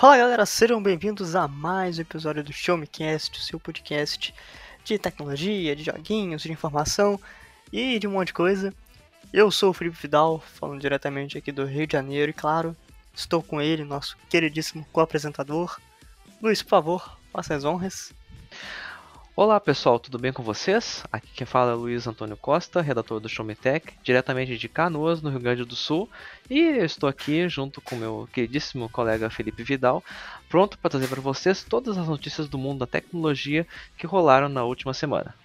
Fala galera, sejam bem-vindos a mais um episódio do Show Me Cast, o seu podcast de tecnologia, de joguinhos, de informação e de um monte de coisa. Eu sou o Felipe Vidal, falando diretamente aqui do Rio de Janeiro e claro, estou com ele, nosso queridíssimo co-apresentador. Luiz, por favor, faça as honras. Olá pessoal, tudo bem com vocês? Aqui quem fala é Luiz Antônio Costa, redator do Show Me Tech, diretamente de Canoas, no Rio Grande do Sul. E eu estou aqui junto com meu queridíssimo colega Felipe Vidal, pronto para trazer para vocês todas as notícias do mundo da tecnologia que rolaram na última semana.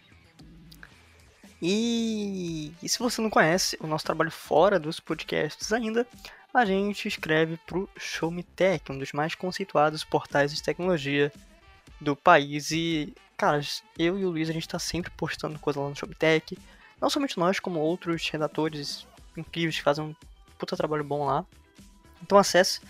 E se você não conhece o nosso trabalho fora dos podcasts ainda, a gente escreve pro Show Me Tech, um dos mais conceituados portais de tecnologia do país. E, cara, eu e o Luiz, a gente tá sempre postando coisa lá no Show Me Tech. Não somente nós, como outros redatores incríveis que fazem um puta trabalho bom lá. Então acesse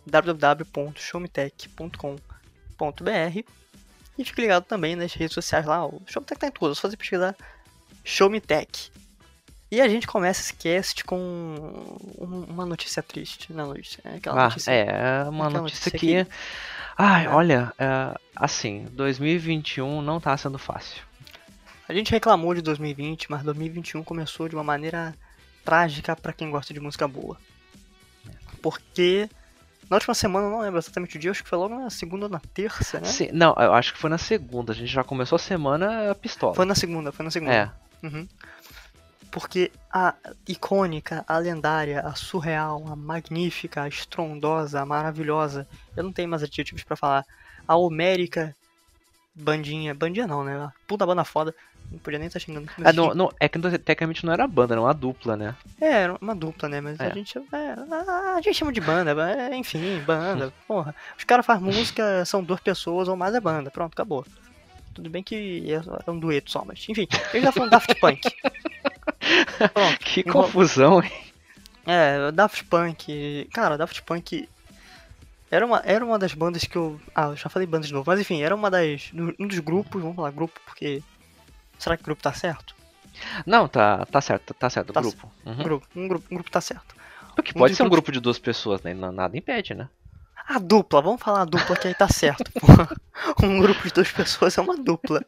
www.showmetech.com.br e fique ligado também nas redes sociais lá. O Show Me Tech tá em tudo, é só você pesquisar Show Me Tech. E a gente começa esse cast com uma notícia triste, né, Luiz? É aquela notícia, uma aquela notícia que... olha, assim, 2021 não tá sendo fácil. A gente reclamou de 2020, mas 2021 começou de uma maneira trágica pra quem gosta de música boa. Porque na última semana, eu não lembro exatamente o dia, acho que foi logo na segunda ou na terça, né? Sim, não, eu acho que foi na segunda, a gente já começou a semana pistola. Foi na segunda. É. Uhum. Porque a icônica, a lendária, a surreal, a magnífica, a estrondosa, a maravilhosa, eu não tenho mais adjetivos pra falar, a homérica bandinha não, né? A puta banda foda, não podia nem estar xingando. É que tecnicamente não era banda, era uma dupla, né? Era uma dupla, né? Mas a gente chama de banda, enfim, banda, porra. Os caras fazem música, são duas pessoas ou mais é banda, pronto, acabou. Tudo bem que é um dueto só, mas enfim, ele já falando Daft Punk. Pronto, que confusão, hein? Daft Punk. Cara, Daft Punk era uma das bandas que eu já falei bandas de novo, mas enfim, era um dos grupos, vamos falar grupo, porque será que o grupo tá certo? Não, tá certo, grupo. Uhum. Um grupo tá certo. Porque pode ser um grupo de duas pessoas, né? Nada impede, né? A dupla, vamos falar a dupla que aí tá certo, porra. Um grupo de duas pessoas é uma dupla.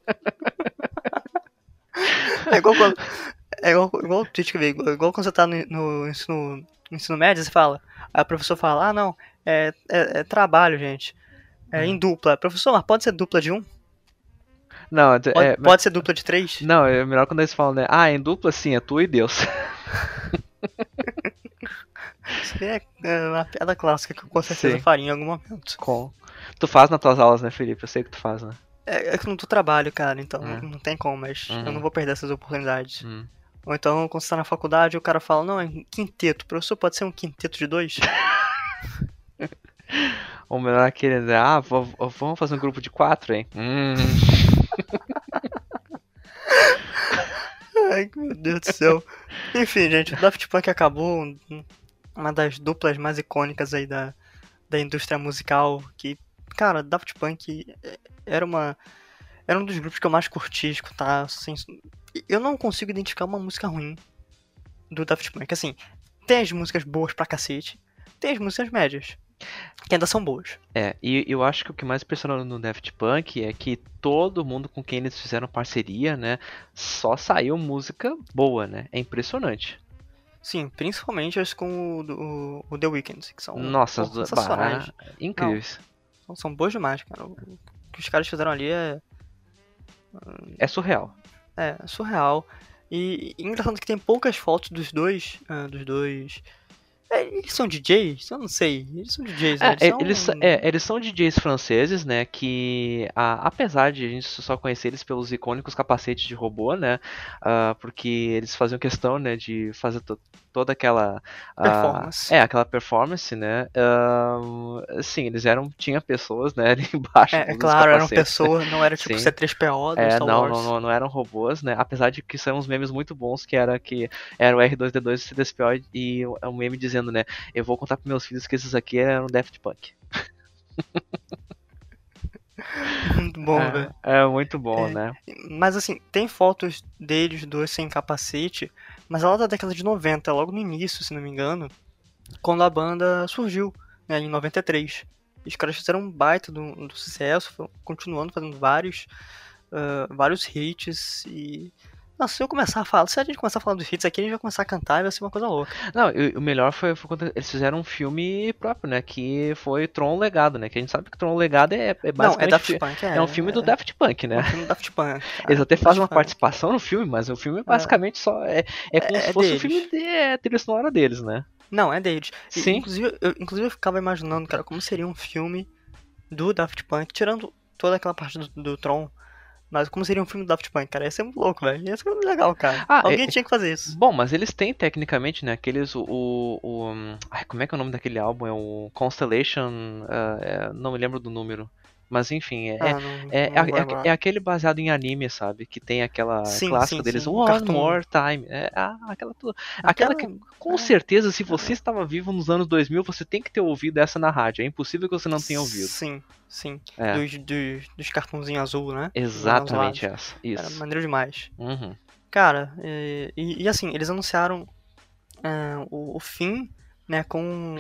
Igual quando você tá no ensino médio, você fala, aí o professor fala, não, é trabalho, gente. Em dupla. Professor, mas pode ser dupla de um? Não, pode ser dupla de 3? Não, é melhor quando eles falam, né? Em dupla sim, é tu e Deus. Isso é uma piada clássica que eu com certeza faria em algum momento. Tu faz nas tuas aulas, né, Felipe? Eu sei que tu faz, né? É que eu não tô trabalho, cara, então não tem como, mas eu não vou perder essas oportunidades. Ou então, quando você tá na faculdade, o cara fala, não, é quinteto. Professor, pode ser um quinteto de 2? Ou melhor aquele, vamos fazer um grupo de 4, hein? Ai, meu Deus do céu. Enfim, gente, o Daft Punk acabou, uma das duplas mais icônicas aí da indústria musical, que, cara, Daft Punk era um dos grupos que eu mais curti escutar, assim, eu não consigo identificar uma música ruim do Daft Punk, assim, tem as músicas boas pra cacete, tem as músicas médias, que ainda são boas. E eu acho que o que mais impressionou no Daft Punk é que todo mundo com quem eles fizeram parceria, né, só saiu música boa, né, é impressionante. Sim, principalmente as com o The Weeknd, que são sensacionais. Incríveis. Não, são boas demais, cara. O que os caras fizeram ali é surreal. É surreal. E engraçado que tem poucas fotos dos dois. Eles são DJs? Eu não sei. Eles são DJs, né? Eles são DJs franceses, né? Que apesar de a gente só conhecer eles pelos icônicos capacetes de robô, né? Porque eles faziam questão, né? De fazer toda aquela performance. Aquela performance, né? Sim, eles tinha pessoas, né? Ali embaixo. Claro, eram pessoas, não era tipo C3PO do Star Wars. Não eram robôs, né? Apesar de que são uns memes muito bons, que era o R2D2 e o C3PO e um meme dizendo, né? Eu vou contar pros meus filhos que esses aqui eram Daft Punk. Muito bom, velho. É muito bom, né? Mas assim, tem fotos deles dois sem capacete, mas ela da década de 90, logo no início, se não me engano, quando a banda surgiu, né, em 93. E os caras fizeram um baita do sucesso, continuando fazendo vários hits e... Nossa, se eu começar a falar, se a gente começar a falar dos hits aqui, a gente vai começar a cantar e vai ser uma coisa louca. Não, o melhor foi quando eles fizeram um filme próprio, né? Que foi Tron Legado, né? Que a gente sabe que Tron Legado é Não, é basicamente Daft Punk, é um filme do Daft Punk, né? É um filme do Daft Punk, cara. Eles até fazem uma Daft Punk. participação no filme, mas o filme basicamente só é como se fosse deles. um filme de trilha sonora deles, né? Não, é deles. Sim. Inclusive eu ficava imaginando, cara, como seria um filme do Daft Punk, tirando toda aquela parte do Tron, mas como seria um filme do Daft Punk, cara? Ia ser muito louco, velho. Ia ser muito legal, cara. Alguém tinha que fazer isso. Bom, mas eles têm tecnicamente, né, aqueles, como é que é o nome daquele álbum? É o Constellation, não me lembro do número. Mas enfim, é aquele baseado em anime, sabe? Que tem aquela clássica deles, One More Time. Aquela que, com certeza, se você estava vivo nos anos 2000, você tem que ter ouvido essa na rádio. É impossível que você não tenha ouvido. Sim. Dos cartãozinhos azul, né? Exatamente essa. Isso. Era maneiro demais. Uhum. Cara, e assim, eles anunciaram o fim, né, com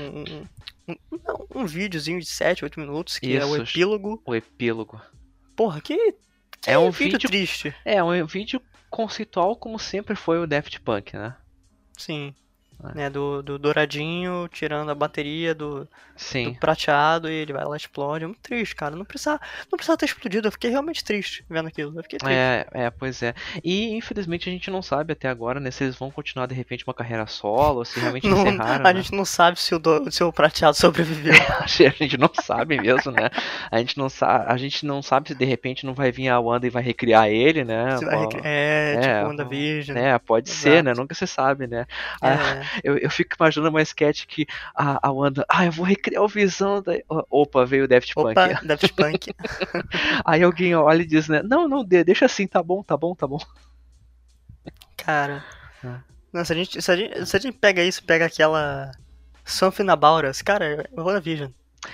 um videozinho de 7, 8 minutos, que é o epílogo. O epílogo. Porra, que é um vídeo triste. É um vídeo conceitual, como sempre foi o Daft Punk, né? Sim. Né, do douradinho tirando a bateria do Sim. prateado e ele vai lá e explode. É muito triste, cara. Não precisava ter explodido. Eu fiquei realmente triste vendo aquilo. Eu fiquei triste. Pois é. E infelizmente a gente não sabe até agora, né, se eles vão continuar de repente uma carreira solo, ou se realmente encerraram. A gente não sabe se o prateado sobreviveu. A gente não sabe mesmo, né? A gente não sabe se de repente não vai vir a Wanda e vai recriar ele, né? Tipo WandaVision. Pode ser, né? Nunca se sabe, né? Eu fico imaginando uma sketch que a Wanda, eu vou recriar o Visão da... Opa, veio o Daft Punk. Daft Punk. Aí alguém olha e diz, né? Não, deixa assim, tá bom. Cara, se a gente pega isso, pega aquela Something About Us, cara, é WandaVision.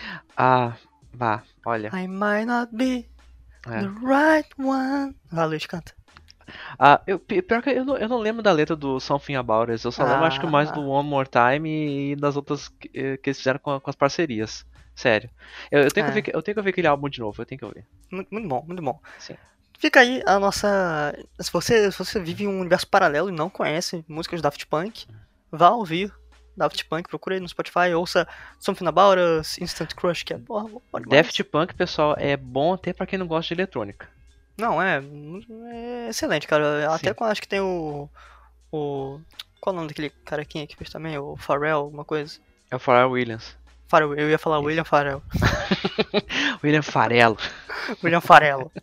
Olha. I might not be the right one. Vai, Luiz, canta. Pior que eu não lembro da letra do Something About Us. Eu só lembro, acho que mais do One More Time e das outras que eles fizeram com as parcerias. Sério. Eu tenho que ver aquele álbum de novo, eu tenho que ouvir. Muito bom, muito bom. Sim. Fica aí a nossa... Se você vive em um universo paralelo e não conhece músicas do Daft Punk, vá ouvir Daft Punk, procura aí no Spotify, ouça Something About Us, Instant Crush, que é porra, pode mais. Daft Punk, pessoal, é bom até pra quem não gosta de eletrônica. Não, é excelente, cara. Sim. Até quando acho que tem o... Qual o nome daquele carequinha que fez também? O Pharrell, alguma coisa? É o Pharrell Williams. Eu ia falar William Farrell. William Farello. William Farello.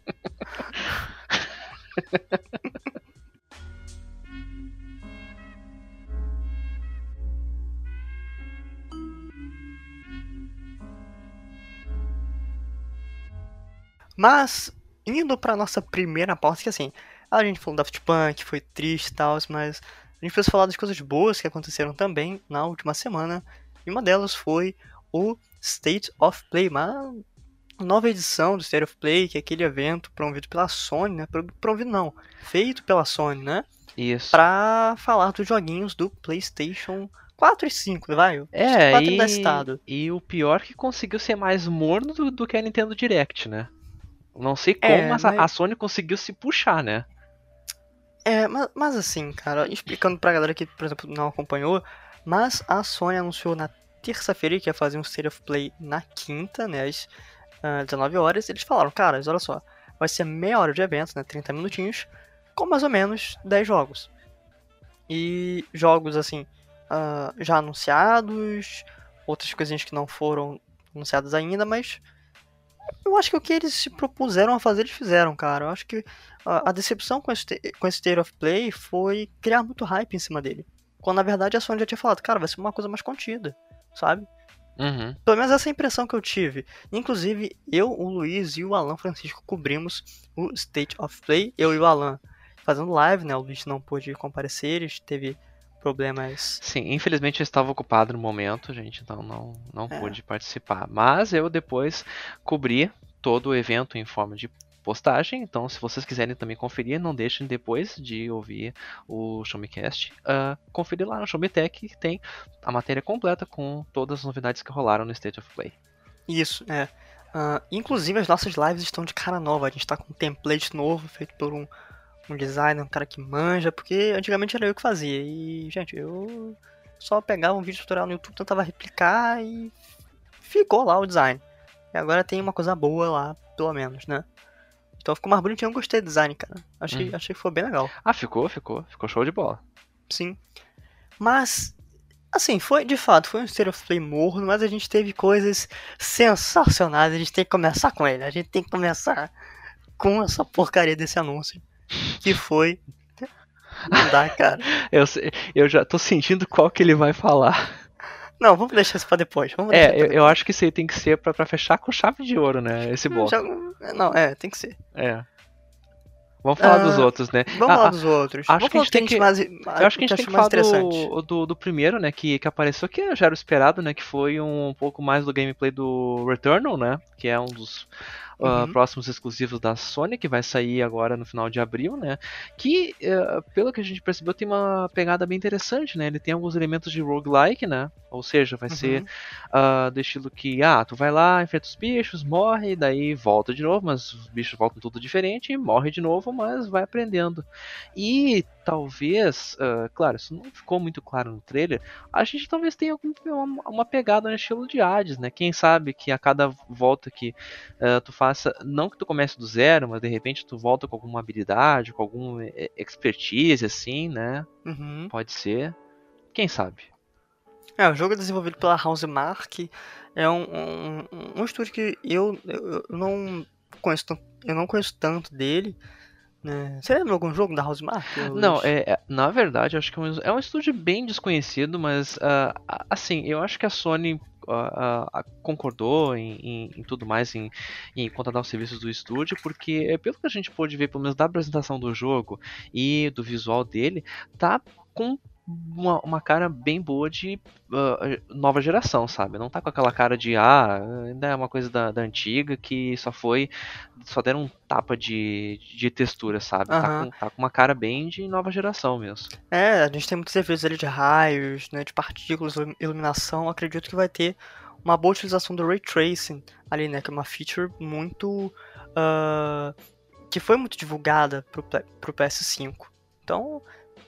Mas, indo pra nossa primeira pauta, que assim, a gente falou do Daft Punk, foi triste e tal, mas a gente precisa falar das coisas boas que aconteceram também na última semana. E uma delas foi o State of Play, uma nova edição do State of Play, que é aquele evento promovido pela Sony, né? Promovido não, feito pela Sony, né? Isso. Pra falar dos joguinhos do PlayStation 4 e 5, vai? 4 da estado. E o pior é que conseguiu ser mais morno do que a Nintendo Direct, né? Não sei como, mas a Sony conseguiu se puxar, né? Mas assim, cara, explicando pra galera que, por exemplo, não acompanhou, mas a Sony anunciou na terça-feira que ia fazer um State of Play na quinta, né, às 19 horas. Eles falaram, cara, olha só, vai ser meia hora de evento, né, 30 minutinhos, com mais ou menos 10 jogos. E jogos, assim, já anunciados, outras coisinhas que não foram anunciadas ainda, mas eu acho que o que eles se propuseram a fazer, eles fizeram, cara. Eu acho que a decepção com esse State of Play foi criar muito hype em cima dele. Quando na verdade a Sony já tinha falado, cara, vai ser uma coisa mais contida, sabe? Uhum. Pelo menos essa é a impressão que eu tive. Inclusive, eu, o Luiz e o Alan Francisco cobrimos o State of Play, eu e o Alan fazendo live, né? O Luiz não pôde comparecer, ele teve problemas. Sim, infelizmente eu estava ocupado no momento, gente, então não pude participar. Mas eu depois cobri todo o evento em forma de postagem, então se vocês quiserem também conferir, não deixem depois de ouvir o Showmecast, conferir lá no Showmetech, que tem a matéria completa com todas as novidades que rolaram no State of Play. Isso, é. Inclusive as nossas lives estão de cara nova, a gente tá com um template novo feito por um designer, um cara que manja, porque antigamente era eu que fazia. E, gente, eu só pegava um vídeo tutorial no YouTube, tentava replicar e ficou lá o design. E agora tem uma coisa boa lá, pelo menos, né? Então ficou mais bonitinho, eu gostei do design, cara. Achei que foi bem legal. Ah, ficou show de bola. Sim. Mas, assim, de fato, foi um State of Play morno, mas a gente teve coisas sensacionais. A gente tem que começar com ele. A gente tem que começar com essa porcaria desse anúncio. Que foi. Não dá, cara. Eu já tô sentindo qual que ele vai falar. Não, vamos deixar isso pra depois. Eu acho que isso aí tem que ser pra fechar com chave de ouro, né? Esse bloco. Não, tem que ser. Vamos falar dos outros, né? Vamos falar dos outros. Acho que a gente tem que. Eu acho que a gente tem que falar do primeiro, né? Que apareceu, que já era o esperado, né? Que foi um pouco mais do gameplay do Returnal, né? Que é um dos próximos exclusivos da Sony, que vai sair agora no final de abril, né? Que, pelo que a gente percebeu, tem uma pegada bem interessante, né? Ele tem alguns elementos de roguelike, né? Ou seja, vai ser do estilo que, tu vai lá, enfrenta os bichos, morre, daí volta de novo, mas os bichos voltam tudo diferente, morre de novo, mas vai aprendendo. E talvez, claro, isso não ficou muito claro no trailer, a gente talvez tenha uma pegada no estilo de Hades, né? Quem sabe que a cada volta que tu faça, não que tu comece do zero, mas de repente tu volta com alguma habilidade, com alguma expertise, assim, né? Pode ser. Quem sabe? O jogo é desenvolvido pela Housemarque, é um estúdio que eu não conheço tanto dele, né? Você lembra algum jogo da Housemarque? Não, na verdade, eu acho que é um estúdio bem desconhecido, mas assim, eu acho que a Sony concordou em tudo mais, em contratar os serviços do estúdio, porque pelo que a gente pôde ver, pelo menos da apresentação do jogo e do visual dele, tá com uma cara bem boa de nova geração, sabe? Não tá com aquela cara de ainda é uma coisa da antiga que só deram um tapa de textura, sabe? Tá com uma cara bem de nova geração mesmo. A gente tem muitos efeitos ali de raios, né, de partículas, iluminação. Acredito que vai ter uma boa utilização do Ray Tracing ali, né? Que é uma feature muito que foi muito divulgada pro PS5. Então,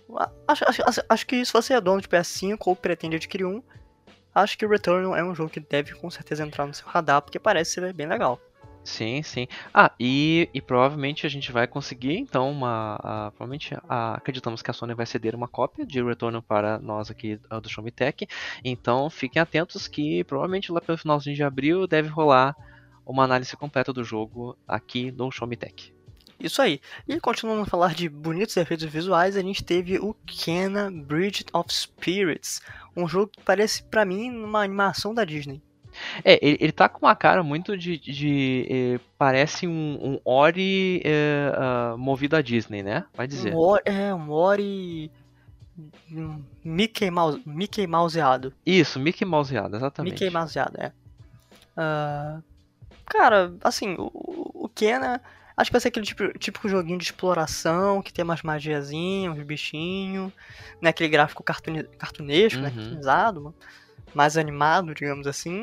acho que se você é dono de PS5 ou pretende adquirir um, acho que o Returnal é um jogo que deve com certeza entrar no seu radar, porque parece ser bem legal. Sim, sim. E provavelmente a gente vai conseguir, então, provavelmente acreditamos que a Sony vai ceder uma cópia de Returnal para nós aqui do Show Me Tech. Então, fiquem atentos que provavelmente lá pelo finalzinho de abril deve rolar uma análise completa do jogo aqui no Show Me Tech. Isso aí. E continuando a falar de bonitos efeitos visuais, a gente teve o Kena Bridge of Spirits, um jogo que parece pra mim uma animação da Disney. Ele tá com uma cara muito parece um Ori movido a Disney, né? Vai dizer. Um Ori Mickey Mouseado. Isso, Mickey Mouseado, exatamente. Mickey Mouseado, cara, assim, o Kena, acho que vai ser aquele típico joguinho de exploração, que tem umas magiazinhas, uns bichinhos, né? Aquele gráfico cartunesco, né? Cartunizado, mais animado, digamos assim.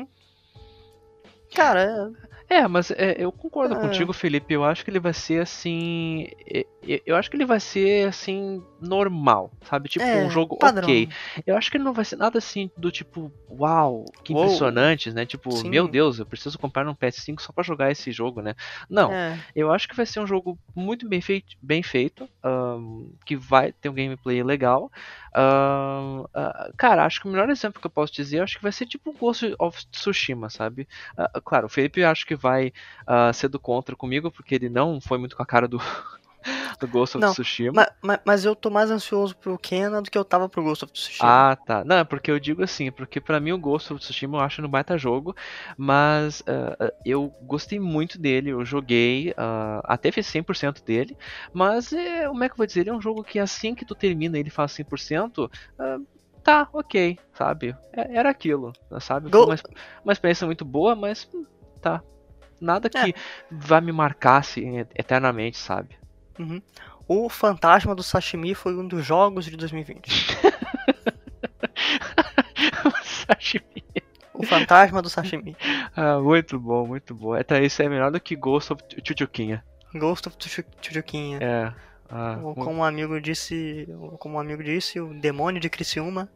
Cara, mas eu concordo contigo, Felipe. Eu acho que ele vai ser assim. Eu acho que ele vai ser assim, normal, sabe? Tipo, um jogo padrão. Ok. Eu acho que ele não vai ser nada assim do tipo, uau, que impressionante, né? Tipo, sim. Meu Deus, eu preciso comprar um PS5 só pra jogar esse jogo, né? Não. Eu acho que vai ser um jogo muito bem feito, que vai ter um gameplay legal. Cara, acho que o melhor exemplo que eu posso dizer, acho que vai ser tipo o Ghost of Tsushima, sabe? Claro, o Felipe acho que vai ser do contra comigo, porque ele não foi muito com a cara do Ghost of Tsushima. Mas eu tô mais ansioso pro Kena do que eu tava pro Ghost of Tsushima. Tá. Não, porque eu digo assim, porque pra mim o Ghost of Tsushima eu acho no baita jogo, mas eu gostei muito dele, eu joguei, até fiz 100% dele, mas como é que eu vou dizer, ele é um jogo que assim que tu termina ele faz 100%, tá, ok, sabe? Era aquilo, sabe? Foi uma experiência muito boa, mas tá. Nada que vá me marcar assim, eternamente, sabe? O Fantasma do Sashimi foi um dos jogos de 2020. O Sashimi. O Fantasma do Sashimi. Ah, muito bom, muito bom. Até isso é melhor do que Ghost of Tchutchuquinha. Ghost of Tsushima. É. Ou como um amigo disse, o demônio de Criciúma.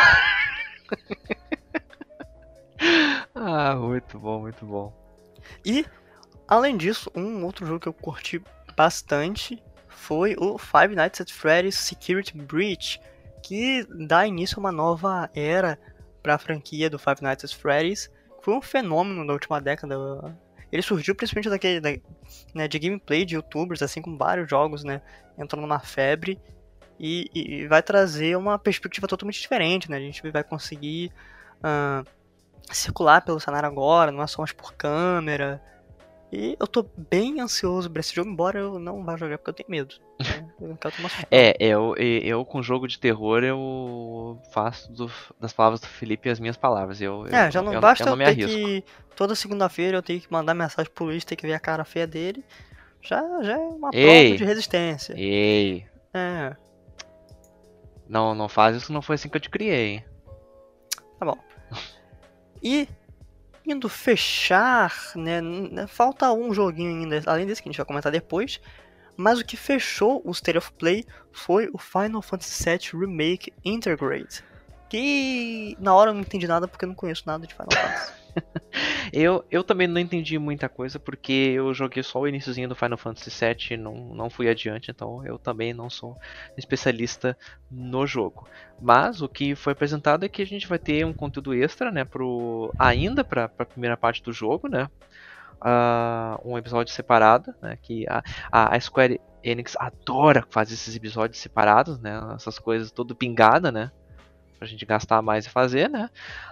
Muito bom, muito bom. E, além disso, um outro jogo que eu curti bastante foi o Five Nights at Freddy's Security Breach, que dá início a uma nova era para a franquia do Five Nights at Freddy's. Foi um fenômeno da última década. Ele surgiu principalmente né, de gameplay de youtubers, assim como vários jogos, né, entrando numa febre. E vai trazer uma perspectiva totalmente diferente, né? A gente vai conseguir circular pelo cenário agora, não é só mais por câmera. E eu tô bem ansioso pra esse jogo, embora eu não vá jogar porque eu tenho medo. Né? Eu não quero tomar susto. Eu com jogo de terror eu faço das palavras do Felipe as minhas palavras. Já não eu basta não eu me ter arrisco. que. Toda segunda-feira eu tenho que mandar mensagem pro Luiz, ter que ver a cara feia dele. Já é uma prova de Ei! resistência. Ei! É, Não faz isso, não foi assim que eu te criei, hein? tá bom. E indo fechar, né? Falta um joguinho ainda, além desse que a gente vai comentar depois. Mas o que fechou o State of Play foi o Final Fantasy VII Remake Intergrade. Que na hora eu não entendi nada porque eu não conheço nada de Final Fantasy. Eu também não entendi muita coisa porque eu joguei só o iniciozinho do Final Fantasy VII e não fui adiante, então eu também não sou especialista no jogo. Mas o que foi apresentado é que a gente vai ter um conteúdo extra, né, ainda para a primeira parte do jogo, né, um episódio separado, né, que a Square Enix adora fazer esses episódios separados, né, essas coisas tudo pingada, né, pra gente gastar mais e fazer, né?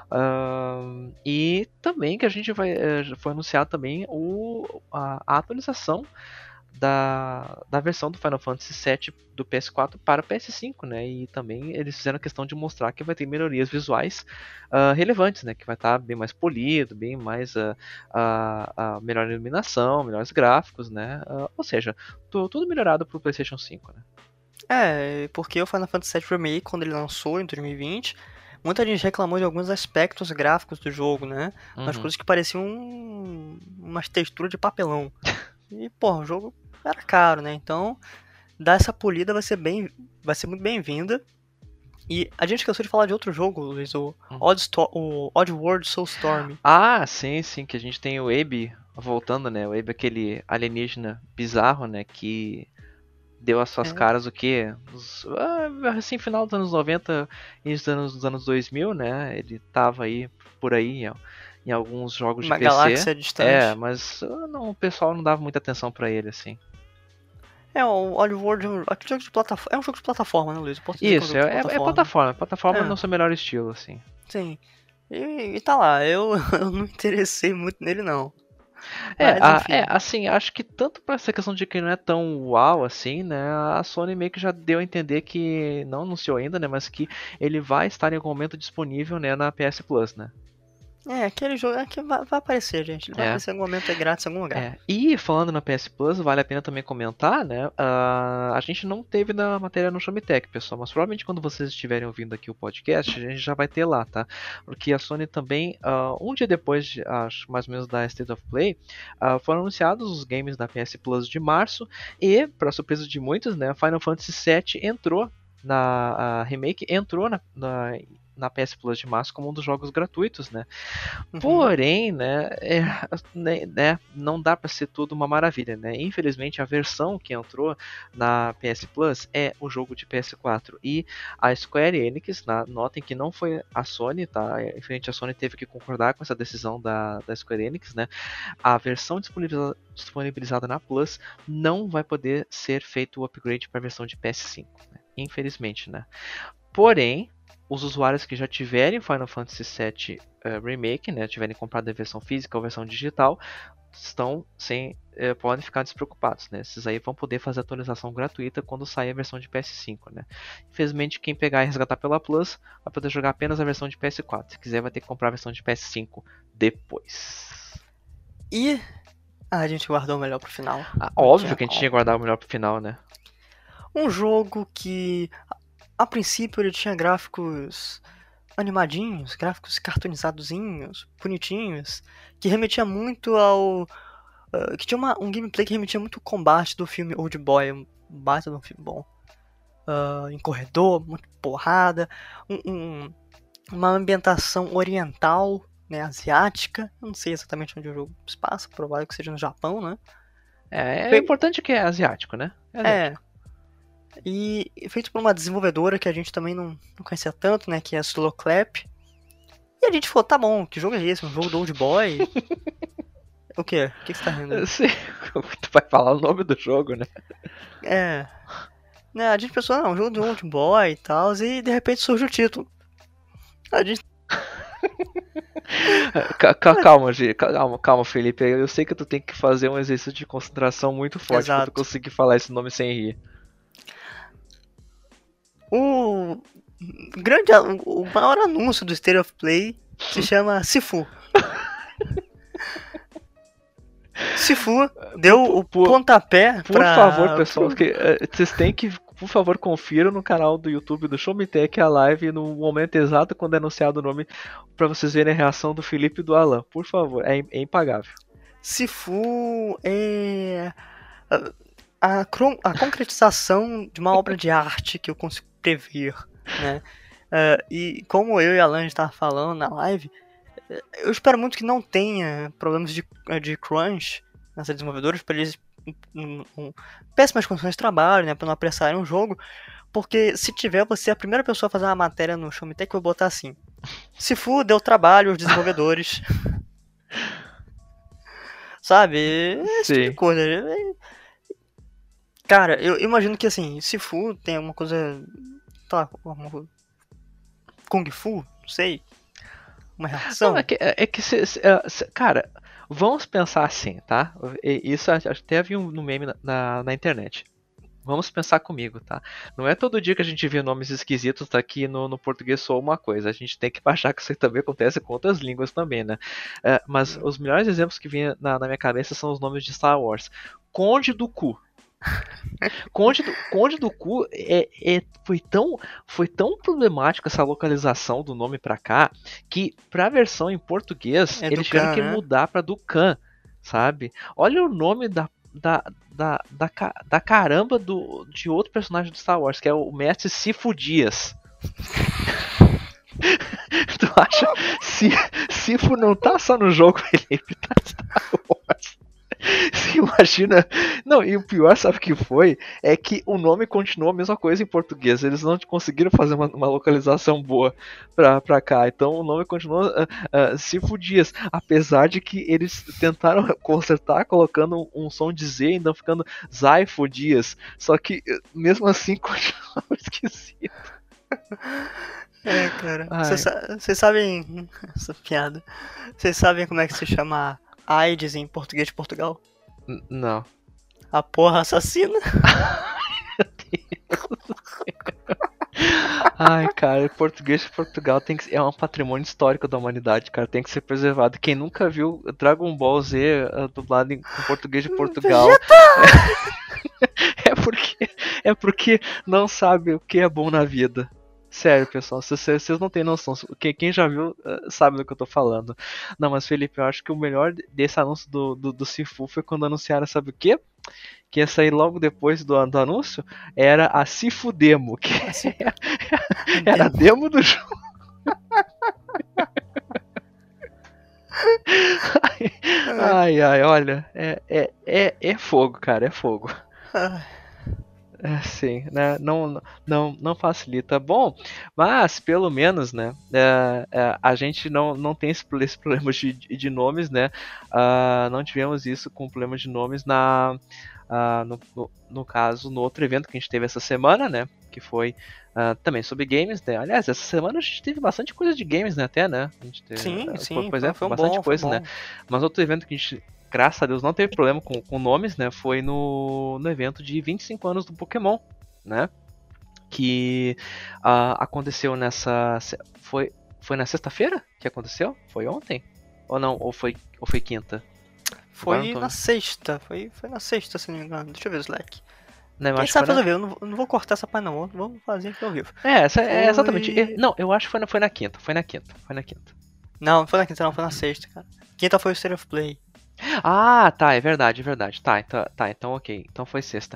E também que a gente foi anunciar também a atualização da versão do Final Fantasy VII do PS4 para o PS5, né? E também eles fizeram questão de mostrar que vai ter melhorias visuais relevantes, né? Que vai estar bem mais polido, bem mais melhor iluminação, melhores gráficos, né? Ou seja, tudo melhorado para o PlayStation 5, né? Porque o Final Fantasy VII Remake, quando ele lançou em 2020, muita gente reclamou de alguns aspectos gráficos do jogo, né? Umas coisas que pareciam umas texturas de papelão. E, pô, o jogo era caro, né? Então, dar essa polida vai ser muito bem-vinda. E a gente esqueceu de falar de outro jogo, Luiz, o Oddworld Soulstorm. Sim, que a gente tem o Abe voltando, né? O Abe é aquele alienígena bizarro, né? Que deu as suas caras o quê? Assim, final dos anos 90, início dos anos 2000, né? Ele tava aí, por aí, em alguns jogos de Uma PC. galáxia distante. Mas o pessoal não dava muita atenção pra ele, assim. O Oddworld é um jogo de plataforma, né, Luiz? Eu posso dizer que é um Isso, jogo de plataforma. plataforma. Plataforma no seu melhor estilo, assim. Sim. E tá lá, eu não me interessei muito nele, não. Mas, enfim. Assim, acho que tanto pra essa questão de que não é tão uau assim, né? A Sony meio que já deu a entender que, não anunciou ainda, né? Mas que ele vai estar em algum momento disponível, né, na PS Plus, né? Aquele jogo que vai aparecer, gente. Ele vai aparecer em algum momento, é grátis em algum lugar. E falando na PS Plus, vale a pena também comentar, né? A gente não teve na matéria no Showmetech, pessoal, mas provavelmente quando vocês estiverem ouvindo aqui o podcast, a gente já vai ter lá, tá? Porque a Sony também, um dia depois, acho mais ou menos da State of Play, foram anunciados os games da PS Plus de março e, para surpresa de muitos, né? Final Fantasy VII entrou remake entrou na PS Plus de março como um dos jogos gratuitos, né? Porém, né, não dá para ser tudo uma maravilha, né? Infelizmente, a versão que entrou na PS Plus é o jogo de PS4 e a Square Enix, notem que não foi a Sony, tá? Infelizmente, a Sony teve que concordar com essa decisão da Square Enix, né? A versão disponibilizada na Plus não vai poder ser feito o upgrade para a versão de PS5, né? Infelizmente, né? Porém, os usuários que já tiverem Final Fantasy VII Remake, né, tiverem comprado a versão física ou a versão digital, podem ficar despreocupados, né? Esses aí vão poder fazer atualização gratuita quando sair a versão de PS5, né? Infelizmente, quem pegar e resgatar pela Plus vai poder jogar apenas a versão de PS4. Se quiser, vai ter que comprar a versão de PS5 depois. E a gente guardou o melhor pro final. Óbvio que a gente tinha que guardar o melhor pro final, né? Um jogo que, a princípio, ele tinha gráficos animadinhos, gráficos cartoonizadozinhos, bonitinhos, que remetia muito ao... que tinha um gameplay que remetia muito ao combate do filme Old Boy, um baita de um filme bom. Em corredor, muito porrada, uma ambientação oriental, né, asiática. Eu não sei exatamente onde o jogo se passa, provável que seja no Japão, né? É importante que é asiático, né? E feito por uma desenvolvedora que a gente também não conhecia tanto, né, que é a Slow Clap. E a gente falou, tá bom, que jogo é esse? Um jogo do Old Boy? O quê? O que você tá rindo? Sim, tu vai falar o nome do jogo, né? Né, a gente pensou, não, um jogo do Old Boy e tal, e de repente surge o título. A gente... Calma, Gi, calma, Felipe. Eu sei que tu tem que fazer um exercício de concentração muito forte pra tu conseguir falar esse nome sem rir. O maior anúncio do State of Play se chama Sifu. Sifu deu o pontapé por favor, pessoal, vocês têm que, por favor, confiram no canal do YouTube do Show Me Tech a live no momento exato quando é anunciado o nome pra vocês verem a reação do Felipe e do Alan. Por favor, é impagável. Sifu é a concretização de uma obra de arte que eu consigo prever, né? E como eu e a Alan estavam falando na live, eu espero muito que não tenha problemas de crunch nessas desenvolvedoras, para eles péssimas condições de trabalho, né, para não apressarem o jogo, porque se tiver, você é a primeira pessoa a fazer uma matéria no Show Me Tech, eu vou botar assim: Sifu deu trabalho aos desenvolvedores. Sabe? Esse tipo de coisa. Cara, eu imagino que assim, Sifu tem alguma coisa... Tá, Kung Fu? Não sei. Uma reação? Não, cara, vamos pensar assim, tá? Isso até vi no meme na internet. Vamos pensar comigo, tá? Não é todo dia que a gente vê nomes esquisitos aqui no português só uma coisa. A gente tem que achar que isso também acontece com outras línguas também, né? Mas os melhores exemplos que vêm na minha cabeça são os nomes de Star Wars. Conde do Cu. Conde do Cu foi tão problemático essa localização do nome pra cá, que pra versão em português eles tiveram que mudar pra Dukan, sabe? Olha o nome da caramba de outro personagem do Star Wars, que é o Mestre Sifu Dias. Tu acha? Sifu não tá só no jogo, ele tá em Star Wars. Você imagina? Não, e o pior, sabe o que foi? É que o nome continuou a mesma coisa em português. Eles não conseguiram fazer uma localização boa pra cá. Então o nome continuou Sifu Dias. Apesar de que eles tentaram consertar colocando um som de Z, ainda ficando Zaifu Dias. Só que mesmo assim continuava esquisito. Cara. Vocês sabem. Essa piada. Vocês sabem como é que se chama AIDS em português de Portugal? Não. A porra assassina. Meu Deus. Ai, cara, português de Portugal é um patrimônio histórico da humanidade, cara, tem que ser preservado. Quem nunca viu Dragon Ball Z dublado em português de Portugal é porque não sabe o que é bom na vida. Sério, pessoal, vocês não têm noção. Quem já viu sabe do que eu tô falando. Não, mas Felipe, eu acho que o melhor desse anúncio do Sifu foi quando anunciaram, sabe o quê? Que ia sair logo depois do anúncio, era a Sifu Demo, que era a demo do jogo. Ai, olha, é fogo, cara, é fogo. Sim, né? Não facilita. Bom, mas pelo menos, né? A gente não tem esse problema de nomes, né? Não tivemos isso com problema de nomes no caso, no outro evento que a gente teve essa semana, né? Que foi também sobre games, né? Aliás, essa semana a gente teve bastante coisa de games, né? Até, né? A gente teve, sim. Foi bastante coisa, né? Mas outro evento que a gente, graças a Deus, não teve problema com nomes, né? Foi no evento de 25 anos do Pokémon, né? Que aconteceu nessa... Foi na sexta-feira que aconteceu? Foi ontem? Ou não? Ou foi quinta? Foi na sexta. Foi na sexta, se não me engano. Deixa eu ver o Slack. né? Eu Quem acho que sabe foi fazer na... ao vivo? Eu não vou cortar essa parte não, vamos fazer aqui ao vivo. Exatamente. Foi... Não, eu acho que foi na quinta. Foi na quinta. Foi na quinta. Não, não foi na quinta não, foi na sexta, cara. Quinta foi o State of Play. Ah, tá, é verdade, é verdade. Tá, então ok. Então foi sexta.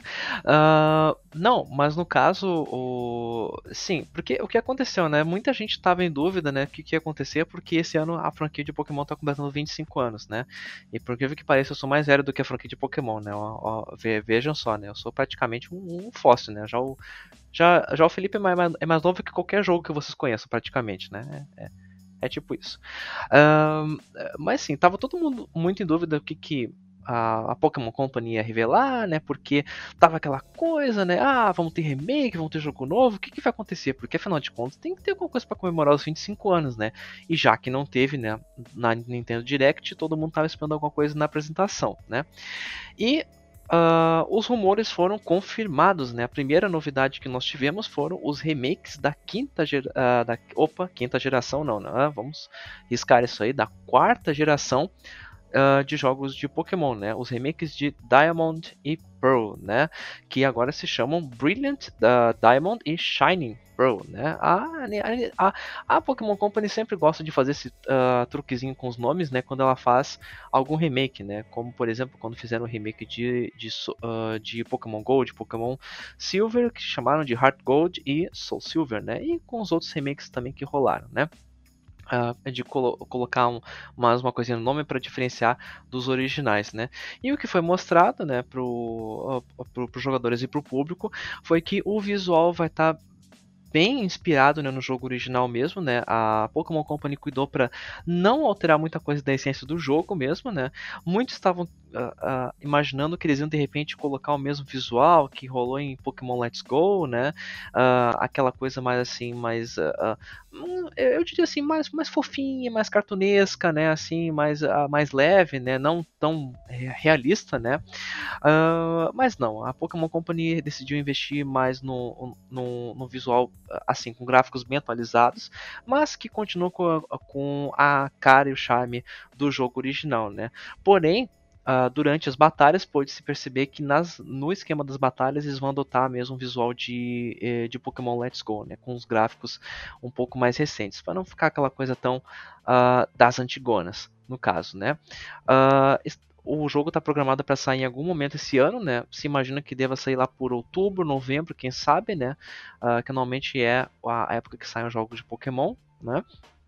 Não, mas no caso, sim, porque o que aconteceu, né? Muita gente tava em dúvida, né? O que ia acontecer, porque esse ano a franquia de Pokémon tá completando 25 anos, né? E por incrível que pareça, eu sou mais velho do que a franquia de Pokémon, né? Vejam só, né? Eu sou praticamente um fóssil, né? Já o Felipe é mais novo que qualquer jogo que vocês conheçam, praticamente, né? É tipo isso. Ahn, mas sim, tava todo mundo muito em dúvida o que a Pokémon Company ia revelar, né? Porque tava aquela coisa, né? Ah, vamos ter remake, vamos ter jogo novo, o que vai acontecer? Porque afinal de contas tem que ter alguma coisa para comemorar os 25 anos, né? E já que não teve, né, na Nintendo Direct, todo mundo tava esperando alguma coisa na apresentação, né? E os rumores foram confirmados, né? A primeira novidade que nós tivemos foram os remakes da quinta geração, não, né? Vamos riscar isso aí, da quarta geração de jogos de Pokémon, né? Os remakes de Diamond e Pearl, né? Que agora se chamam Brilliant Diamond e Shining Pearl, né? A Pokémon Company sempre gosta de fazer esse truquezinho com os nomes, né? Quando ela faz algum remake, né? Como por exemplo quando fizeram o remake de Pokémon Gold, Pokémon Silver, que chamaram de Heart Gold e Soul Silver, né? E com os outros remakes também que rolaram, né? De colocar mais uma coisinha no nome para diferenciar dos originais, né? E o que foi mostrado, né, para os jogadores e para o público foi que o visual vai estar bem inspirado, né, no jogo original mesmo, né? A Pokémon Company cuidou para não alterar muita coisa da essência do jogo mesmo, né? Muitos estavam imaginando que eles iam de repente colocar o mesmo visual que rolou em Pokémon Let's Go, né? Aquela coisa mais assim, eu diria assim, mais fofinha, mais cartunesca, né? Assim, mais leve, né? Não tão realista, né? Mas não, a Pokémon Company decidiu investir mais no visual, assim, com gráficos bem atualizados, mas que continuam com a cara e o charme do jogo original, né? Porém, durante as batalhas pôde-se perceber que no esquema das batalhas eles vão adotar mesmo um visual de Pokémon Let's Go, né? Com os gráficos um pouco mais recentes, para não ficar aquela coisa tão das antigonas, no caso, né? O jogo está programado para sair em algum momento esse ano, né? Se imagina que deva sair lá por outubro, novembro, quem sabe, né? Que normalmente é a época que saem os jogos de Pokémon, né?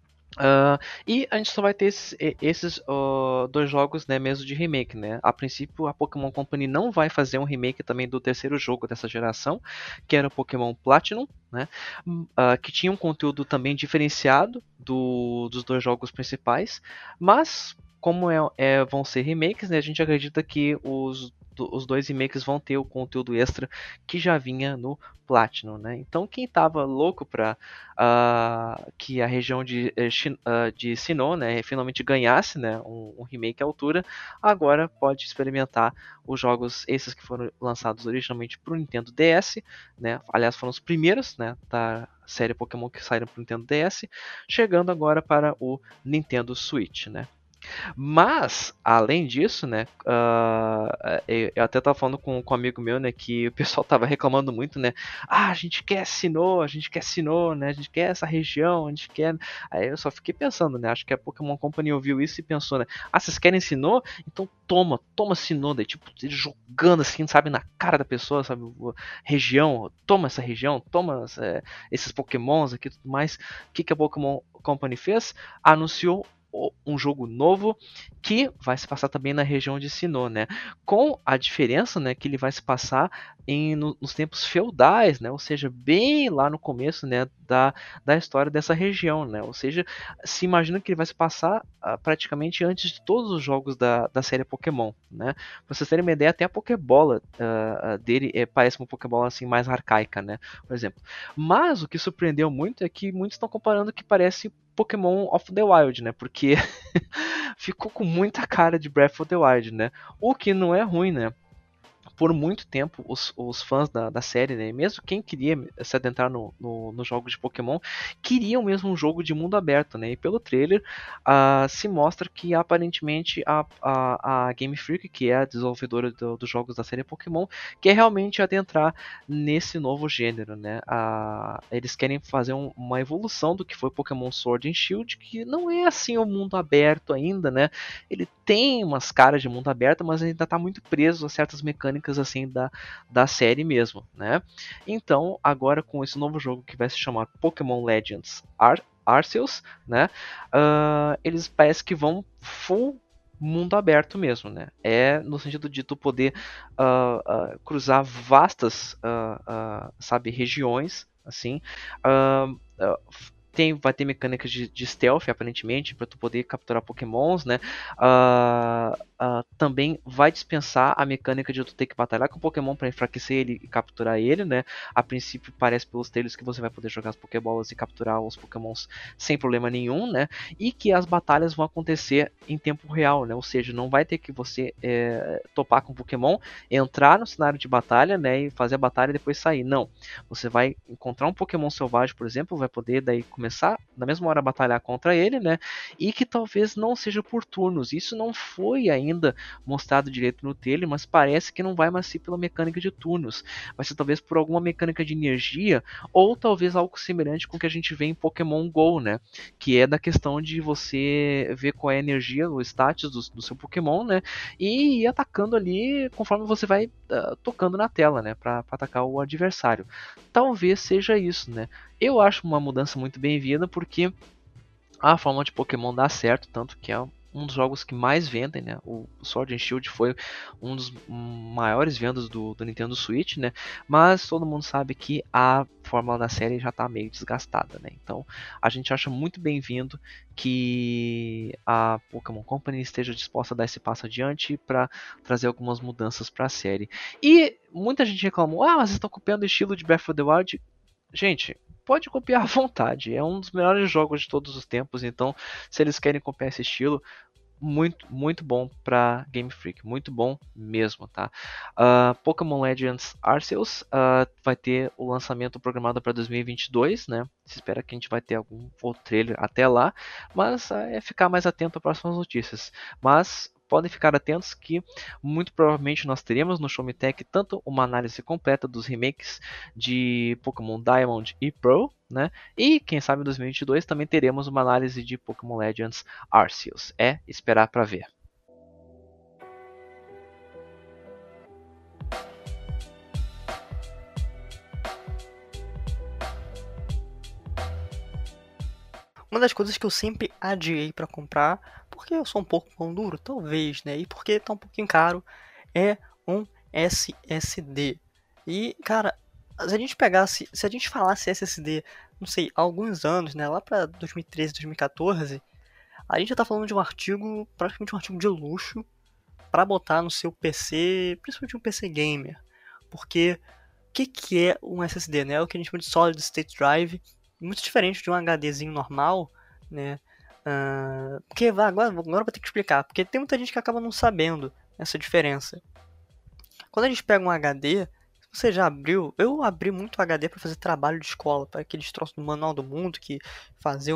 E a gente só vai ter esses dois jogos, né, mesmo de remake, né? A princípio, a Pokémon Company não vai fazer um remake também do terceiro jogo dessa geração, que era o Pokémon Platinum, né? Que tinha um conteúdo também diferenciado dos dois jogos principais, mas como vão ser remakes, né, a gente acredita que os dois remakes vão ter o conteúdo extra que já vinha no Platinum, né? Então quem tava louco para que a região de Sinnoh, né, finalmente ganhasse, né, um remake à altura, agora pode experimentar os jogos esses que foram lançados originalmente para o Nintendo DS, né? Aliás, foram os primeiros, né, da série Pokémon que saíram para o Nintendo DS, chegando agora para o Nintendo Switch, né? Mas, além disso, né, eu até tava falando com um amigo meu, né, que o pessoal tava reclamando muito, né, a gente quer Sinnoh, né, a gente quer essa região, a gente quer... Aí eu só fiquei pensando, né, acho que a Pokémon Company ouviu isso e pensou, né, vocês querem Sinnoh? Então toma Sinnoh, daí, tipo, jogando assim, sabe, na cara da pessoa, sabe, região, toma essa região, toma esses Pokémons aqui e tudo mais. O que a Pokémon Company fez? Anunciou um jogo novo que vai se passar também na região de Sinnoh, né? Com a diferença, né, que ele vai se passar nos tempos feudais, né? Ou seja, bem lá no começo, né, da história dessa região, né? Ou seja, se imagina que ele vai se passar praticamente antes de todos os jogos da série Pokémon, né? Pra vocês terem uma ideia, até a Pokébola dele parece uma Pokébola assim mais arcaica, né? Por exemplo. Mas o que surpreendeu muito é que muitos estão comparando que parece Pokémon of the Wild, né? Porque ficou com muita cara de Breath of the Wild, né? O que não é ruim, né? por muito tempo os fãs da série, né, mesmo quem queria se adentrar no jogo de Pokémon, queriam mesmo um jogo de mundo aberto, né, e pelo trailer se mostra que aparentemente a Game Freak, que é a desenvolvedora dos jogos da série Pokémon, quer realmente adentrar nesse novo gênero, né, eles querem fazer uma evolução do que foi Pokémon Sword and Shield, que não é assim o mundo aberto ainda, né, ele tem umas caras de mundo aberto, mas ainda está muito preso a certas mecânicas assim da série mesmo, né? Então, agora com esse novo jogo que vai se chamar Pokémon Legends Arceus, né? Eles parece que vão full mundo aberto mesmo, né? É no sentido de tu poder cruzar vastas, sabe, regiões, assim. Uh, uh, vai ter mecânicas de stealth, aparentemente, para tu poder capturar pokémons, né? Também vai dispensar a mecânica de tu ter que batalhar com o Pokémon para enfraquecer ele e capturar ele, né? A princípio parece pelos trailers que você vai poder jogar as Pokébolas e capturar os Pokémons sem problema nenhum, né? E que as batalhas vão acontecer em tempo real, né? Ou seja, não vai ter que você topar com o Pokémon, entrar no cenário de batalha, né? E fazer a batalha e depois sair. Não. Você vai encontrar um Pokémon selvagem, por exemplo, vai poder daí começar na mesma hora a batalhar contra ele, né? E que talvez não seja por turnos. Isso não foi ainda mostrado direito no trailer, mas parece que não vai mais ser pela mecânica de turnos. Vai ser talvez por alguma mecânica de energia, ou talvez algo semelhante com o que a gente vê em Pokémon GO, né? Que é da questão de você ver qual é a energia, o status do seu Pokémon, né? E ir atacando ali conforme você vai tocando na tela, né? Para atacar o adversário. Talvez seja isso, né? Eu acho uma mudança muito bem-vinda porque a forma de Pokémon dá certo, tanto que é um dos jogos que mais vendem, né? O Sword and Shield foi um dos maiores vendas do Nintendo Switch, né? Mas todo mundo sabe que a fórmula da série já está meio desgastada, né? Então a gente acha muito bem-vindo que a Pokémon Company esteja disposta a dar esse passo adiante para trazer algumas mudanças para a série. E muita gente reclamou, mas vocês estão copiando o estilo de Breath of the Wild. Gente, pode copiar à vontade. É um dos melhores jogos de todos os tempos. Então, se eles querem copiar esse estilo, muito bom para Game Freak, muito bom mesmo, tá? Pokémon Legends Arceus vai ter o lançamento programado para 2022, né? Se espera que a gente vai ter algum outro trailer até lá, mas é ficar mais atento às próximas notícias. Mas podem ficar atentos que muito provavelmente nós teremos no Show Me Tech tanto uma análise completa dos remakes de Pokémon Diamond e Pearl, né? E quem sabe em 2022 também teremos uma análise de Pokémon Legends Arceus. É esperar para ver. Uma das coisas que eu sempre adiei pra comprar, porque eu sou um pouco pão duro, talvez, né? E porque tá um pouquinho caro, é um SSD. E, cara, se a gente falasse SSD, não sei, há alguns anos, né? Lá pra 2013, 2014, a gente já tá falando de um artigo, praticamente um artigo de luxo, pra botar no seu PC, principalmente um PC gamer. Porque o que é um SSD, né? É o que a gente chama de Solid State Drive, muito diferente de um HDzinho normal, né? Porque agora vou ter que explicar, porque tem muita gente que acaba não sabendo essa diferença. Quando a gente pega um HD, você já abriu? Eu abri muito HD para fazer trabalho de escola, para aqueles troços do Manual do Mundo, que fazer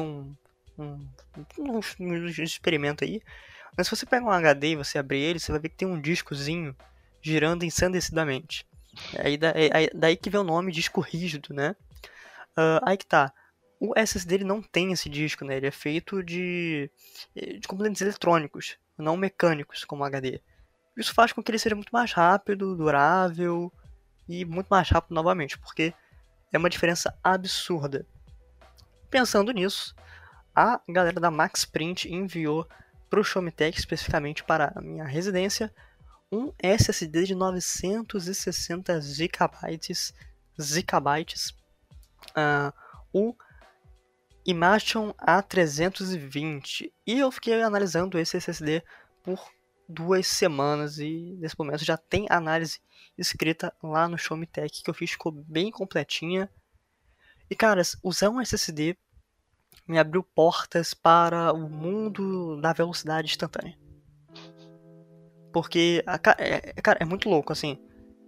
um experimento aí. Mas se você pega um HD e você abrir ele, você vai ver que tem um discozinho girando ensandecidamente. Daí que vem o nome disco rígido, né? Aí que tá. O SSD ele não tem esse disco, né? Ele é feito de componentes eletrônicos, não mecânicos, como o HD. Isso faz com que ele seja muito mais rápido, durável e muito mais rápido novamente, porque é uma diferença absurda. Pensando nisso, a galera da Max Print enviou para o Showmetech, especificamente para a minha residência, um SSD de 960 gigabytes, o Imation A320. E eu fiquei analisando esse SSD por 2 semanas e nesse momento já tem análise escrita lá no Show Me Tech que eu fiz, ficou bem completinha. E cara, usar um SSD me abriu portas para o mundo da velocidade instantânea. Porque, cara, é muito louco, assim.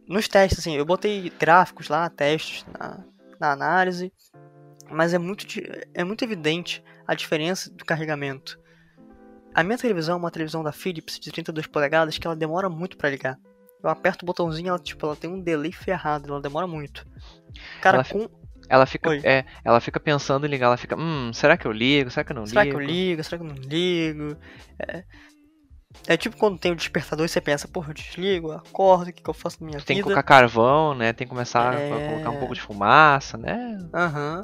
nos testes, assim, eu botei gráficos lá, testes na análise, mas é muito evidente a diferença do carregamento. A minha televisão é uma televisão da Philips de 32 polegadas que ela demora muito pra ligar. Eu aperto o botãozinho, ela tem um delay ferrado, ela demora muito. Cara, Ela, ela fica, Oi. ela fica pensando em ligar, ela fica, será que eu ligo? Será que eu não Será que eu ligo? ligo? Será que eu não ligo? É tipo quando tem o despertador e você pensa, porra, eu desligo, eu acordo, o que eu faço na minha Tem que vida? colocar carvão, né? Tem que começar a colocar um pouco É. de fumaça, né? Aham.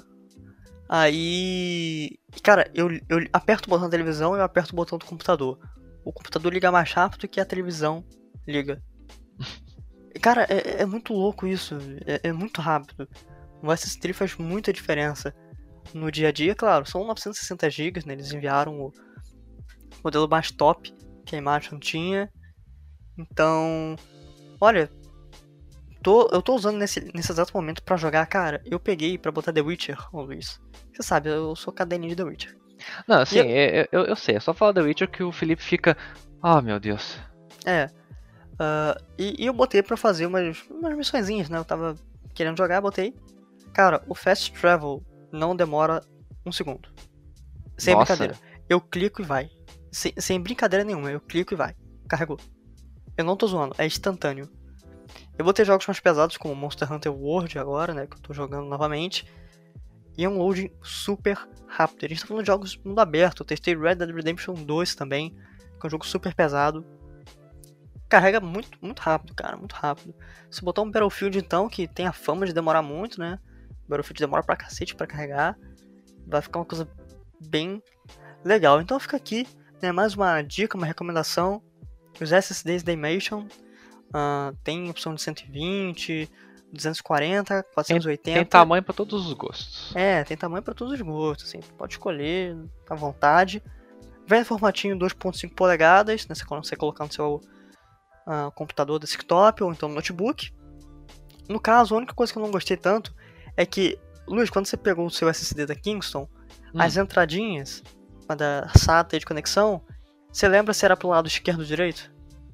Aí. Cara, eu aperto o botão da televisão e eu aperto o botão do computador. O computador liga mais rápido que a televisão liga. Cara, é muito louco isso. É muito rápido. O SSD faz muita diferença. No dia a dia, claro, são 960 GB, né? Eles enviaram o modelo mais top que a imagem não tinha. Então, olha, eu tô usando nesse exato momento pra jogar, cara. Eu peguei pra botar The Witcher, ô Luiz. Você sabe, eu sou cadelinha de The Witcher. Não, E assim, eu sei, é só falar The Witcher que o Felipe fica. Oh meu Deus. é, e eu botei pra fazer umas missõezinhas, né? Eu tava querendo jogar, botei. Cara, o Fast Travel não demora um segundo. Sem Nossa. brincadeira. Eu clico e vai. Sem brincadeira nenhuma, eu clico e vai. Carregou. Eu não tô zoando, é instantâneo. Eu botei jogos mais pesados como Monster Hunter World agora, né? Que eu tô jogando novamente. E é um loading super rápido. A gente tá falando de jogos mundo aberto. Eu testei Red Dead Redemption 2 também, que é um jogo super pesado. Carrega muito, muito rápido, cara, muito rápido. Se botar um Battlefield então, que tem a fama de demorar muito, né? O Battlefield demora pra cacete pra carregar. Vai ficar uma coisa bem legal. Então fica aqui, né? Mais uma dica, uma recomendação. Os SSDs da Imation tem opção de 120, 240, Tem 480. tamanho pra todos os gostos. Tem tamanho para todos os gostos, assim, pode escolher à vontade. Vem em formatinho 2.5 polegadas, né, você colocar no seu computador desktop ou então no notebook. No caso, a única coisa que eu não gostei tanto é que, Luiz, quando você pegou o seu SSD da Kingston, as entradinhas da SATA de conexão, você lembra se era pro lado esquerdo ou direito?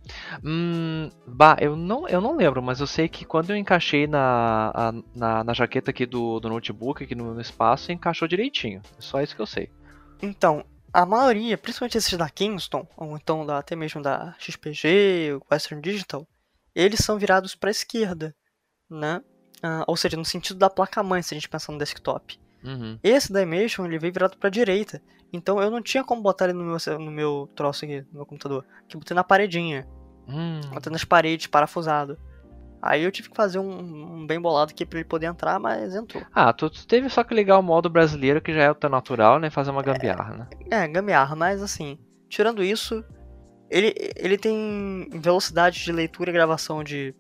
Eu não lembro, mas eu sei que quando eu encaixei na jaqueta aqui do notebook, aqui no espaço, encaixou direitinho. É só isso que eu sei. Então, a maioria, principalmente esses da Kingston, ou então até mesmo da XPG, Western Digital, eles são virados para a esquerda, né? Ou seja, no sentido da placa-mãe, se a gente pensar no desktop. Uhum. Esse da Imation, ele veio virado para a direita. Então eu não tinha como botar ele no meu troço aqui, no meu computador. Que eu botei na paredinha. Botei nas paredes, parafusado. Aí eu tive que fazer um bem bolado aqui pra ele poder entrar, mas entrou. Tu teve só que ligar o modo brasileiro, que já é o teu natural, né? Fazer uma gambiarra, né? Gambiarra, mas assim, tirando isso, ele tem velocidade de leitura e gravação de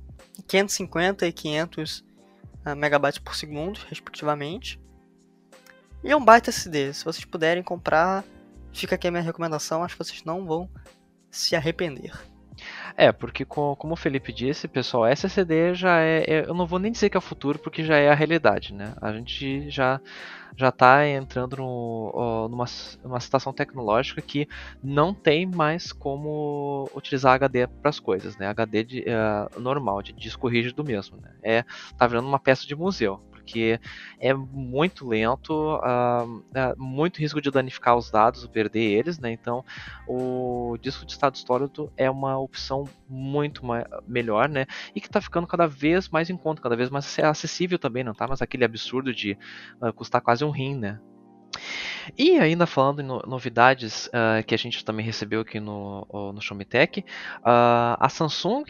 550 e 500 megabytes por segundo, respectivamente. E é um baita SD. Se vocês puderem comprar, fica aqui a minha recomendação. Acho que vocês não vão se arrepender. Porque como o Felipe disse, pessoal, SSD já eu não vou nem dizer que é o futuro, porque já é a realidade, né? A gente já está entrando numa situação tecnológica que não tem mais como utilizar HD para as coisas, né? HD normal, de disco rígido mesmo, né? Tá virando uma peça de museu, porque é muito lento, muito risco de danificar os dados, perder eles, né? Então, o disco de estado sólido é uma opção muito melhor, né? E que está ficando cada vez mais em conta, cada vez mais acessível também, não tá? Mas aquele absurdo de custar quase um rim, né? E ainda falando em novidades que a gente também recebeu aqui no Show Me Tech, a Samsung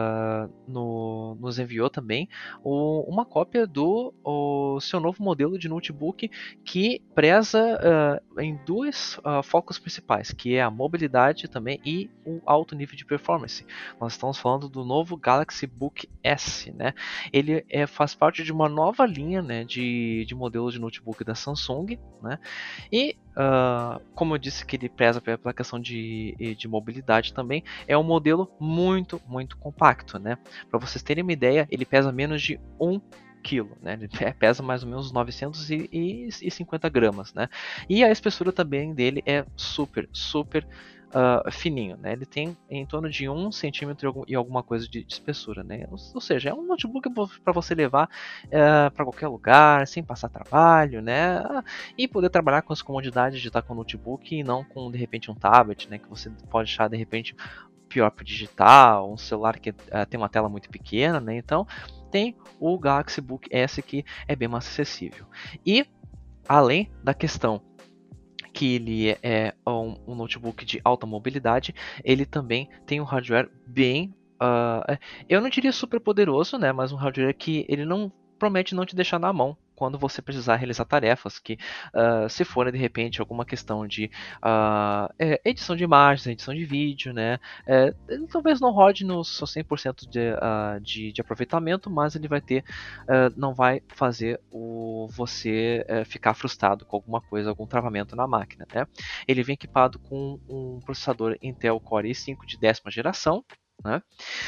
nos enviou também uma cópia do seu novo modelo de notebook que preza em dois focos principais, que é a mobilidade também e o alto nível de performance. Nós estamos falando do novo Galaxy Book S, né? Ele faz parte de uma nova linha, né, de modelos de notebook da Samsung, né? E, como eu disse que ele preza pela questão de mobilidade também, é um modelo muito, muito compacto, né? Para vocês terem uma ideia, ele pesa menos de 1 quilo, né? Ele pesa mais ou menos 950 gramas, né? E a espessura também dele é super, super fininho, né? Ele tem em torno de 1 centímetro e alguma coisa de espessura, né? Ou seja, é um notebook para você levar para qualquer lugar, sem passar trabalho, né? E poder trabalhar com as comodidades de estar com o notebook e não com, de repente, um tablet, né? Que você pode achar, de repente, pior para digitar, um celular que tem uma tela muito pequena, né? Então, tem o Galaxy Book S que é bem mais acessível. E, além da questão que ele é um notebook de alta mobilidade, ele também tem um hardware bem... eu não diria super poderoso, né? Mas um hardware que ele não promete não te deixar na mão quando você precisar realizar tarefas que, se forem de repente alguma questão de edição de imagens, edição de vídeo, né? Talvez não rode no seu 100% de aproveitamento, mas ele vai ter, não vai fazer você ficar frustrado com alguma coisa, algum travamento na máquina, né? Ele vem equipado com um processador Intel Core i5 de 10ª geração, né?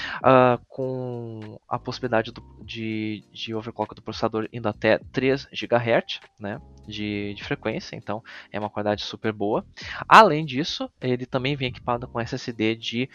Com a possibilidade de overclock do processador indo até 3 GHz, né, de frequência, então é uma qualidade super boa. Além disso, ele também vem equipado com SSD de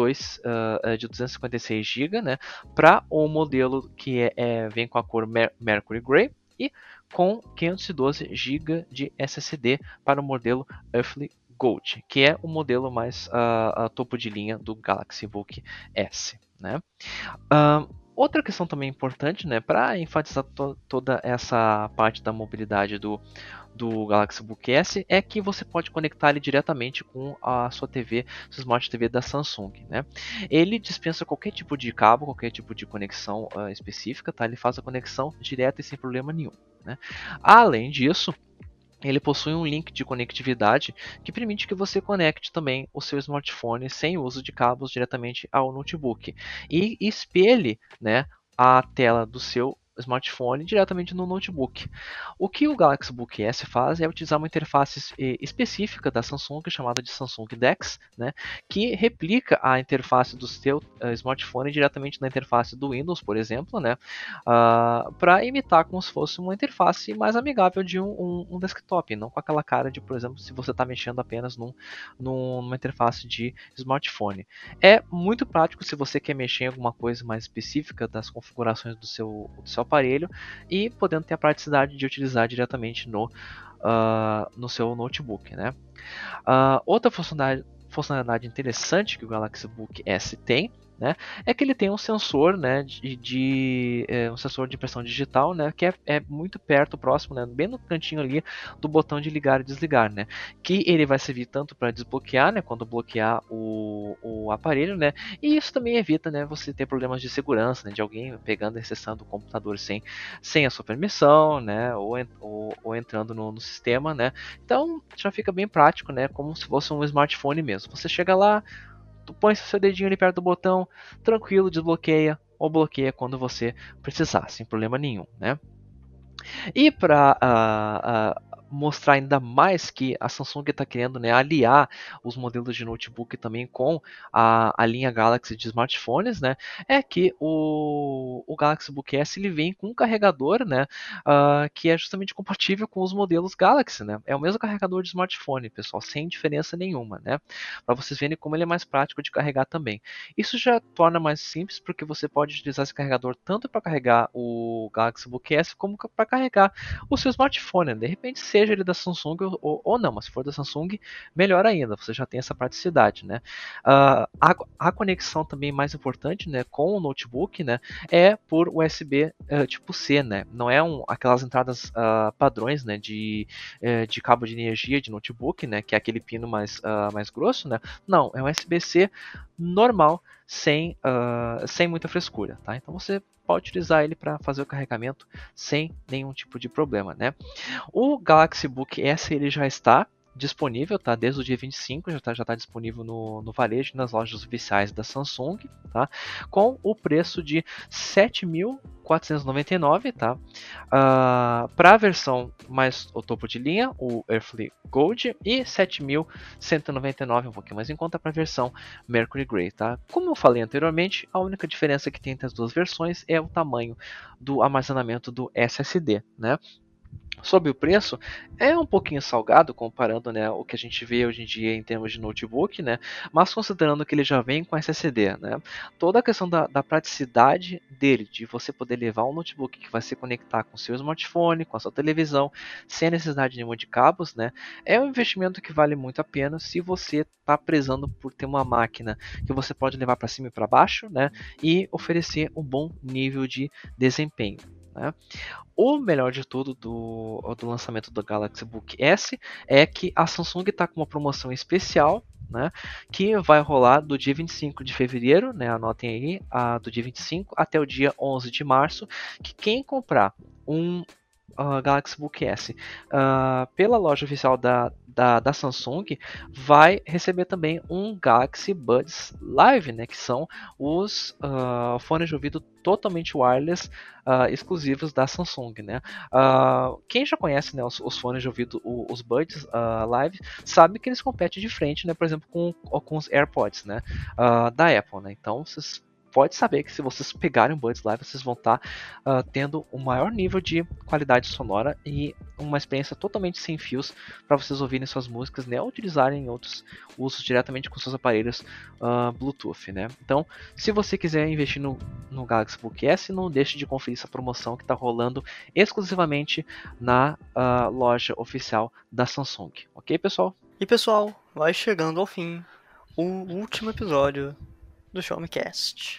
256 GB, né, para o modelo que vem com a cor Mercury Grey e com 512 GB de SSD para o modelo Earthly Gold, que é o modelo mais topo de linha do Galaxy Book S, né? Outra questão também importante, né, para enfatizar toda essa parte da mobilidade do Galaxy Book S é que você pode conectar ele diretamente com a sua TV, sua Smart TV da Samsung, né? Ele dispensa qualquer tipo de cabo, qualquer tipo de conexão específica, tá? Ele faz a conexão direta e sem problema nenhum, né? Além disso, ele possui um link de conectividade que permite que você conecte também o seu smartphone sem uso de cabos diretamente ao notebook e espelhe, né, a tela do seu smartphone diretamente no notebook. O que o Galaxy Book S faz é utilizar uma interface específica da Samsung chamada de Samsung DeX, né, que replica a interface do seu smartphone diretamente na interface do Windows, por exemplo, né, para imitar como se fosse uma interface mais amigável de um desktop, não com aquela cara de, por exemplo, se você está mexendo apenas numa interface de smartphone. É muito prático se você quer mexer em alguma coisa mais específica das configurações do seu aparelho e podendo ter a praticidade de utilizar diretamente no seu notebook, né? Outra funcionalidade interessante que o Galaxy Book S tem, né, é que ele tem um sensor, né, um sensor de impressão digital, né, que é muito perto, próximo, né, bem no cantinho ali do botão de ligar e desligar, né, que ele vai servir tanto para desbloquear, né, quando bloquear o aparelho, né, e isso também evita, né, você ter problemas de segurança, né, de alguém pegando e acessando o computador sem a sua permissão, né, ou entrando no sistema, né. Então já fica bem prático, né, como se fosse um smartphone mesmo. Você chega lá, tu põe seu dedinho ali perto do botão, tranquilo, desbloqueia ou bloqueia quando você precisar, sem problema nenhum, né? E para mostrar ainda mais que a Samsung está querendo, né, aliar os modelos de notebook também com a linha Galaxy de smartphones, né, é que o Galaxy Book S ele vem com um carregador, né, que é justamente compatível com os modelos Galaxy, né, é o mesmo carregador de smartphone, pessoal, sem diferença nenhuma, né, para vocês verem como ele é mais prático de carregar também. Isso já torna mais simples porque você pode utilizar esse carregador tanto para carregar o Galaxy Book S como para carregar o seu smartphone, né? De repente seja ele da Samsung ou não, mas se for da Samsung, melhor ainda, você já tem essa praticidade, né? A conexão também mais importante, né, com o notebook, né, é por USB tipo C, né? Não é aquelas entradas padrões, né, de cabo de energia de notebook, né, que é aquele pino mais grosso, né? Não, é um USB-C normal, sem muita frescura, tá? Então você pode utilizar ele para fazer o carregamento sem nenhum tipo de problema, né? O Galaxy Book S ele já está disponível, tá? Desde o dia 25 já está disponível no varejo nas lojas oficiais da Samsung, tá? Com o preço de R$ 7.499, tá? Para a versão mais o topo de linha, o Earthly Gold, e R$ 7.199, um pouquinho mais em conta para a versão Mercury Grey, tá? Como eu falei anteriormente, a única diferença que tem entre as duas versões é o tamanho do armazenamento do SSD, né? Sobre o preço, é um pouquinho salgado comparando, né, o que a gente vê hoje em dia em termos de notebook, né, mas considerando que ele já vem com SSD, né, toda a questão da praticidade dele, de você poder levar um notebook que vai se conectar com o seu smartphone, com a sua televisão, sem a necessidade nenhuma de cabos, né, é um investimento que vale muito a pena se você está prezando por ter uma máquina que você pode levar para cima e para baixo, né, e oferecer um bom nível de desempenho. Né? O melhor de tudo do lançamento do Galaxy Book S é que a Samsung está com uma promoção especial, né, que vai rolar do dia 25 de fevereiro, né, anotem aí, do dia 25 até o dia 11 de março, que quem comprar um Galaxy Book S pela loja oficial da Samsung vai receber também um Galaxy Buds Live, né, que são os fones de ouvido totalmente wireless exclusivos da Samsung, né? Quem já conhece, né, os fones de ouvido, os Buds Live, sabe que eles competem de frente, né, por exemplo, com os AirPods, né, da Apple, né? Então vocês pode saber que se vocês pegarem um Buds Live, vocês vão estar tendo um maior nível de qualidade sonora e uma experiência totalmente sem fios para vocês ouvirem suas músicas, né, ou utilizarem outros usos diretamente com seus aparelhos Bluetooth, né. Então, se você quiser investir no Galaxy Book S, não deixe de conferir essa promoção que está rolando exclusivamente na loja oficial da Samsung. Ok, pessoal? E pessoal, vai chegando ao fim o último episódio do Show Me Cast.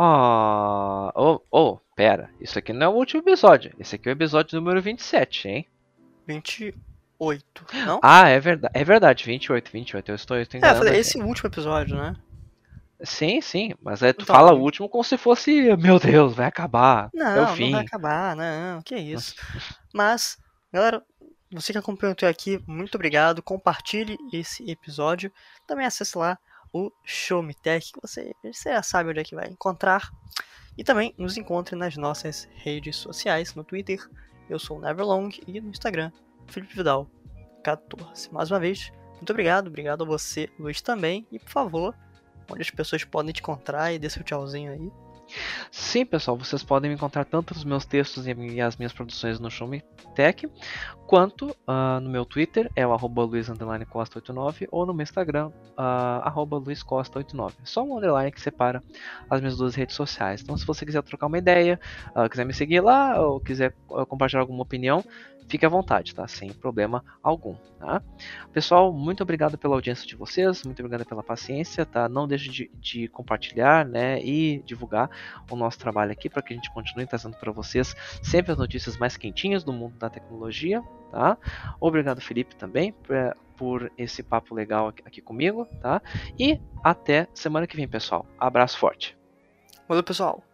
Pera, isso aqui não é o último episódio. Esse aqui é o episódio número 27, hein? 28, não? É verdade, 28, eu estou Eu enganando falei, aqui. esse último episódio, né? Sim, mas aí tu Então, fala o último como se fosse, meu Deus, vai acabar, é o Não vai fim. acabar, não, que isso. Mas, galera, você que acompanhou até aqui, muito obrigado. Compartilhe esse episódio. Também acesse lá o Show Me Tech, que você já sabe onde é que vai encontrar. E também nos encontre nas nossas redes sociais, no Twitter, eu sou o Neverlong, e no Instagram, Felipe Vidal 14. Mais uma vez, muito obrigado a você, Luiz, também. E por favor, onde as pessoas podem te encontrar e dê seu tchauzinho aí. Sim, pessoal, vocês podem me encontrar tanto nos meus textos e as minhas produções no Show Me Tech, quanto no meu Twitter, é o @luiz_costa89, ou no meu Instagram, @luizcosta89. Só um underline que separa as minhas duas redes sociais. Então, se você quiser trocar uma ideia, quiser me seguir lá, ou quiser compartilhar alguma opinião, fique à vontade, tá? Sem problema algum, tá? Pessoal, muito obrigado pela audiência de vocês, muito obrigado pela paciência, tá? Não deixe de compartilhar, né, e divulgar o nosso trabalho aqui para que a gente continue trazendo para vocês sempre as notícias mais quentinhas do mundo da tecnologia, tá? Obrigado, Felipe, também por esse papo legal aqui comigo, tá? E até semana que vem, pessoal. Abraço forte. Valeu, pessoal.